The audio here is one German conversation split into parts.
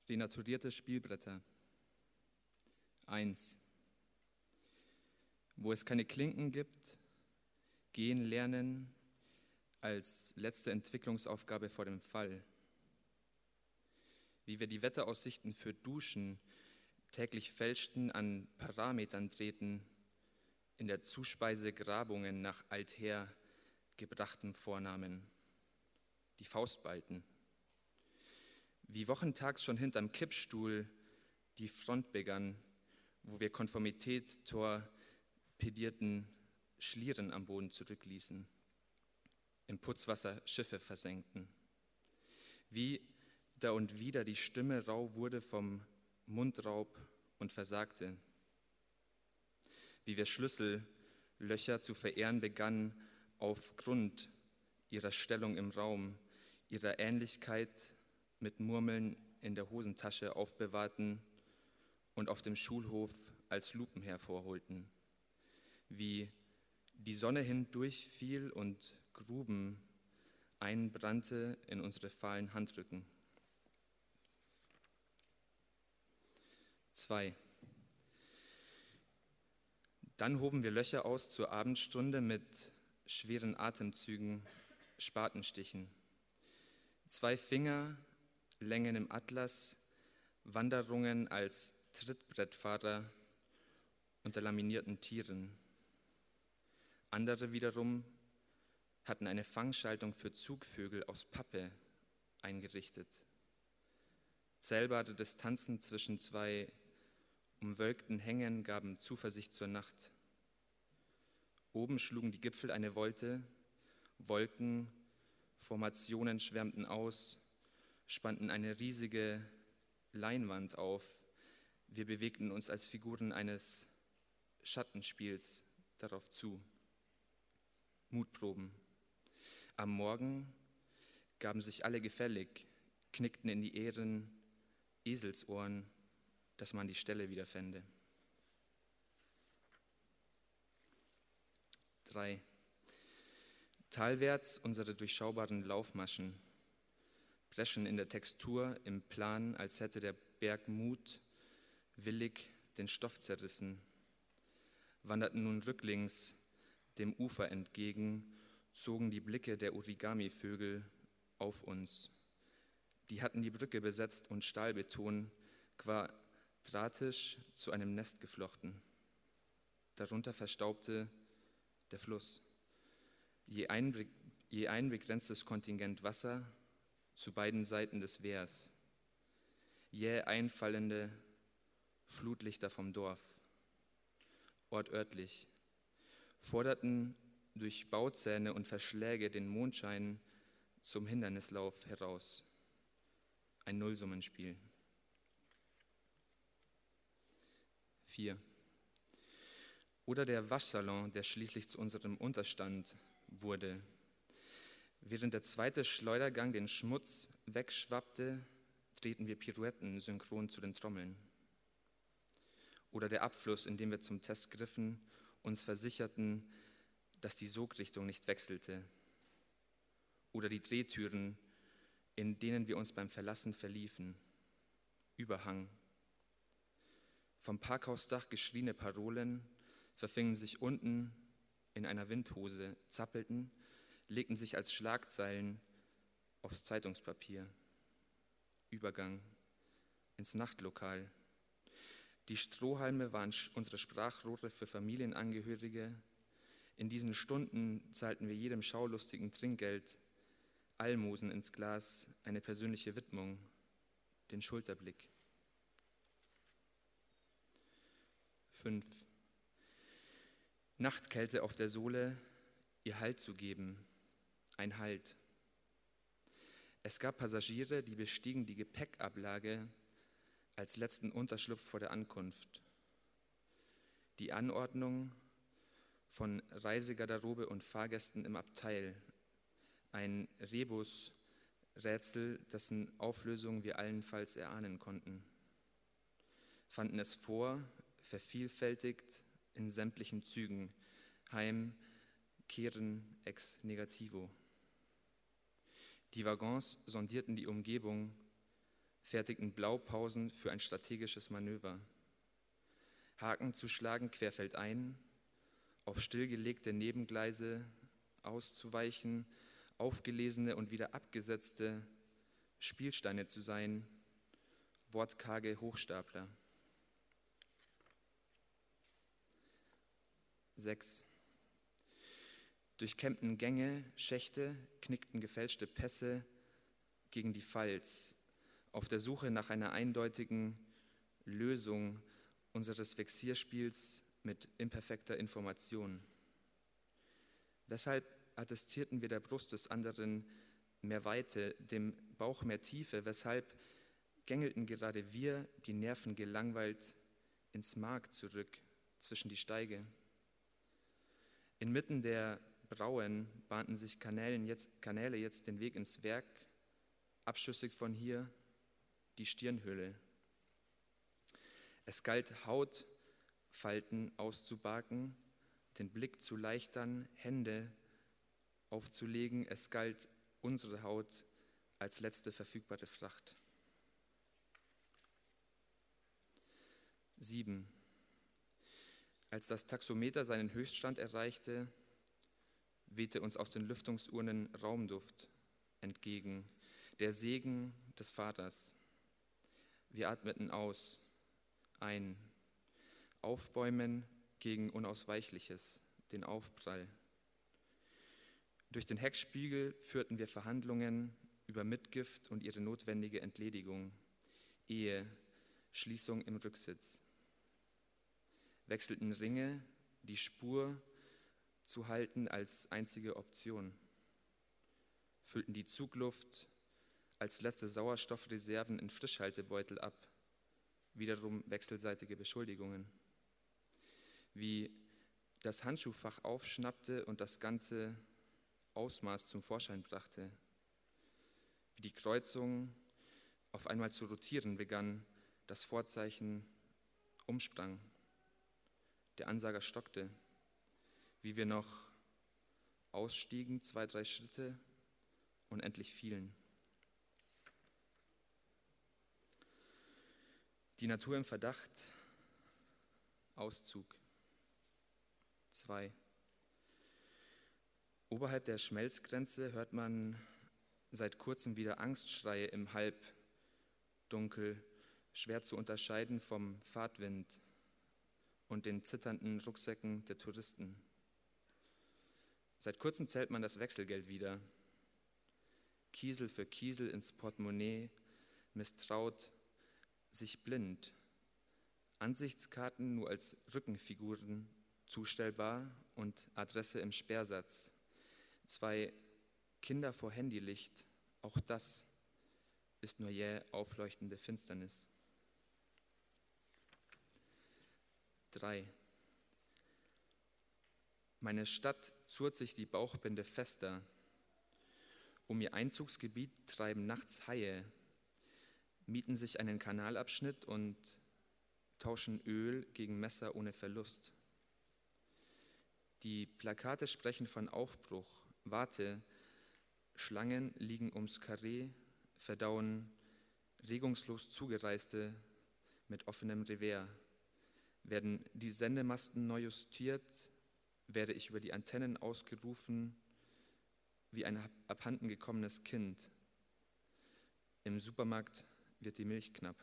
Renaturierte Spielbretter. 1. Wo es keine Klinken gibt, gehen lernen als letzte Entwicklungsaufgabe vor dem Fall. Wie wir die Wetteraussichten für Duschen täglich fälschten, an Parametern treten, in der Zuspeise Grabungen nach alther gebrachtem Vornamen. Die Faust balten. Wie wochentags schon hinterm Kippstuhl die Front begann, wo wir Konformität torpedierten Schlieren am Boden zurückließen, im Putzwasser Schiffe versenkten. Wie da und wieder die Stimme rau wurde vom Mundraub und versagte. Wie wir Schlüssellöcher zu verehren begannen aufgrund ihrer Stellung im Raum, ihrer Ähnlichkeit mit Murmeln in der Hosentasche aufbewahrten und auf dem Schulhof als Lupen hervorholten. Wie die Sonne hindurchfiel und Gruben einbrannte in unsere fahlen Handrücken. 2. Dann hoben wir Löcher aus zur Abendstunde mit schweren Atemzügen, Spatenstichen. 2 Fingerlängen im Atlas, Wanderungen als Trittbrettfahrer unter laminierten Tieren. Andere wiederum hatten eine Fangschaltung für Zugvögel aus Pappe eingerichtet. Zählbare Distanzen zwischen 2 umwölkten Hängen gaben Zuversicht zur Nacht. Oben schlugen die Gipfel eine Volte, Wolken, Formationen schwärmten aus, spannten eine riesige Leinwand auf. Wir bewegten uns als Figuren eines Schattenspiels darauf zu. Mutproben. Am Morgen gaben sich alle gefällig, knickten in die Ähren Eselsohren, dass man die Stelle wiederfände. 3. Talwärts unsere durchschaubaren Laufmaschen, Breschen in der Textur, im Plan, als hätte der Berg mutwillig den Stoff zerrissen, wanderten nun rücklings dem Ufer entgegen, zogen die Blicke der Origami-Vögel auf uns. Die hatten die Brücke besetzt und Stahlbeton quadratisch zu einem Nest geflochten. Darunter verstaubte der Fluss. Je ein begrenztes Kontingent Wasser zu beiden Seiten des Wehrs. Jäh einfallende Flutlichter vom Dorf. Ortörtlich. Forderten durch Bauzähne und Verschläge den Mondschein zum Hindernislauf heraus. Ein Nullsummenspiel. 4. Oder der Waschsalon, der schließlich zu unserem Unterstand wurde. Während der zweite Schleudergang den Schmutz wegschwappte, drehten wir Pirouetten synchron zu den Trommeln. Oder der Abfluss, in dem wir zum Test griffen, uns versicherten, dass die Sogrichtung nicht wechselte. Oder die Drehtüren, in denen wir uns beim Verlassen verliefen. Überhang. Vom Parkhausdach geschrieene Parolen verfingen sich unten in einer Windhose, zappelten, legten sich als Schlagzeilen aufs Zeitungspapier. Übergang ins Nachtlokal. Die Strohhalme waren unsere Sprachrohre für Familienangehörige. In diesen Stunden zahlten wir jedem Schaulustigen Trinkgeld, Almosen ins Glas, eine persönliche Widmung, den Schulterblick. 5. Nachtkälte auf der Sohle, ihr Halt zu geben, ein Halt. Es gab Passagiere, die bestiegen die Gepäckablage als letzten Unterschlupf vor der Ankunft. Die Anordnung von Reisegarderobe und Fahrgästen im Abteil, ein Rebusrätsel, dessen Auflösung wir allenfalls erahnen konnten, fanden es vor, vervielfältigt in sämtlichen Zügen, heim, kehren ex negativo. Die Waggons sondierten die Umgebung, fertigten Blaupausen für ein strategisches Manöver. Haken zu schlagen querfeldein, auf stillgelegte Nebengleise auszuweichen, aufgelesene und wieder abgesetzte Spielsteine zu sein, wortkarge Hochstapler. 6. Durchkämmten Gänge, Schächte, knickten gefälschte Pässe gegen die Pfalz, auf der Suche nach einer eindeutigen Lösung unseres Vexierspiels mit imperfekter Information. Weshalb attestierten wir der Brust des anderen mehr Weite, dem Bauch mehr Tiefe? Weshalb gängelten gerade wir, die Nerven gelangweilt, ins Mark zurück, zwischen die Steige? Inmitten der Brauen bahnten sich Kanäle jetzt den Weg ins Werk, abschüssig von hier die Stirnhöhle. Es galt, Hautfalten auszubaken, den Blick zu leichtern, Hände aufzulegen. Es galt, unsere Haut als letzte verfügbare Fracht. 7. Als das Taxometer seinen Höchststand erreichte, wehte uns aus den Lüftungsurnen Raumduft entgegen, der Segen des Vaters. Wir atmeten aus, ein, aufbäumen gegen Unausweichliches, den Aufprall. Durch den Heckspiegel führten wir Verhandlungen über Mitgift und ihre notwendige Entledigung, Ehe, Schließung im Rücksitz. Wechselten Ringe, die Spur zu halten als einzige Option, füllten die Zugluft als letzte Sauerstoffreserven in Frischhaltebeutel ab, wiederum wechselseitige Beschuldigungen. Wie das Handschuhfach aufschnappte und das ganze Ausmaß zum Vorschein brachte, wie die Kreuzung auf einmal zu rotieren begann, das Vorzeichen umsprang, der Ansager stockte, wie wir noch ausstiegen, 2, 3 Schritte und endlich fielen. Die Natur im Verdacht, Auszug. 2. Oberhalb der Schmelzgrenze hört man seit kurzem wieder Angstschreie im Halbdunkel, schwer zu unterscheiden vom Fahrtwind und den zitternden Rucksäcken der Touristen. Seit kurzem zählt man das Wechselgeld wieder. Kiesel für Kiesel ins Portemonnaie, misstraut, sich blind. Ansichtskarten nur als Rückenfiguren zustellbar und Adresse im Sperrsatz. 2 Kinder vor Handylicht, auch das ist nur jäh aufleuchtende Finsternis. 3. Meine Stadt zurrt sich die Bauchbinde fester. Um ihr Einzugsgebiet treiben nachts Haie, mieten sich einen Kanalabschnitt und tauschen Öl gegen Messer ohne Verlust. Die Plakate sprechen von Aufbruch. Warte, Schlangen liegen ums Karree, verdauen regungslos Zugereiste mit offenem Revers. Werden die Sendemasten neu justiert, werde ich über die Antennen ausgerufen wie ein abhanden gekommenes Kind. Im Supermarkt wird die Milch knapp.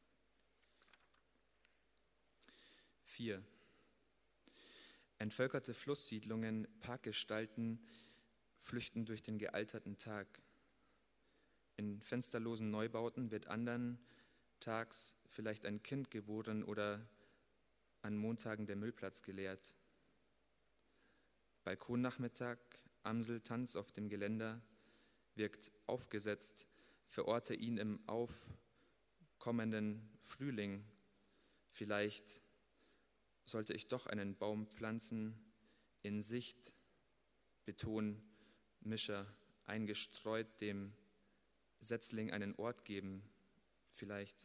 4. Entvölkerte Flusssiedlungen, Parkgestalten flüchten durch den gealterten Tag. In fensterlosen Neubauten wird andern tags vielleicht ein Kind geboren oder an Montagen der Müllplatz geleert. Balkonnachmittag, Amseltanz auf dem Geländer wirkt aufgesetzt, verorte ihn im aufkommenden Frühling. Vielleicht sollte ich doch einen Baum pflanzen, in Sicht, Beton, Mischer, eingestreut, dem Setzling einen Ort geben, vielleicht.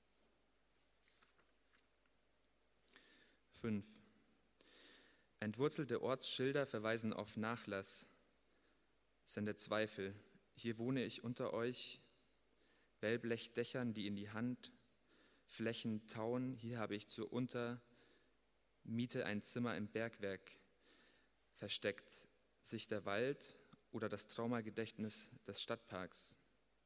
5. Entwurzelte Ortsschilder verweisen auf Nachlass, sende Zweifel. Hier wohne ich unter euch, Wellblechdächern, die in die Hand, Flächen tauen, hier habe ich zur Untermiete ein Zimmer im Bergwerk versteckt, sich der Wald oder das Traumagedächtnis des Stadtparks.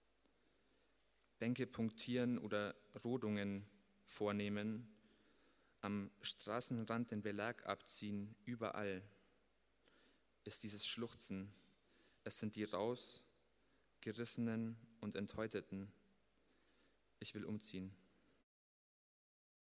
Bänke punktieren oder Rodungen vornehmen, am Straßenrand den Belag abziehen, überall ist dieses Schluchzen. Es sind die Rausgerissenen und Enthäuteten. Ich will umziehen.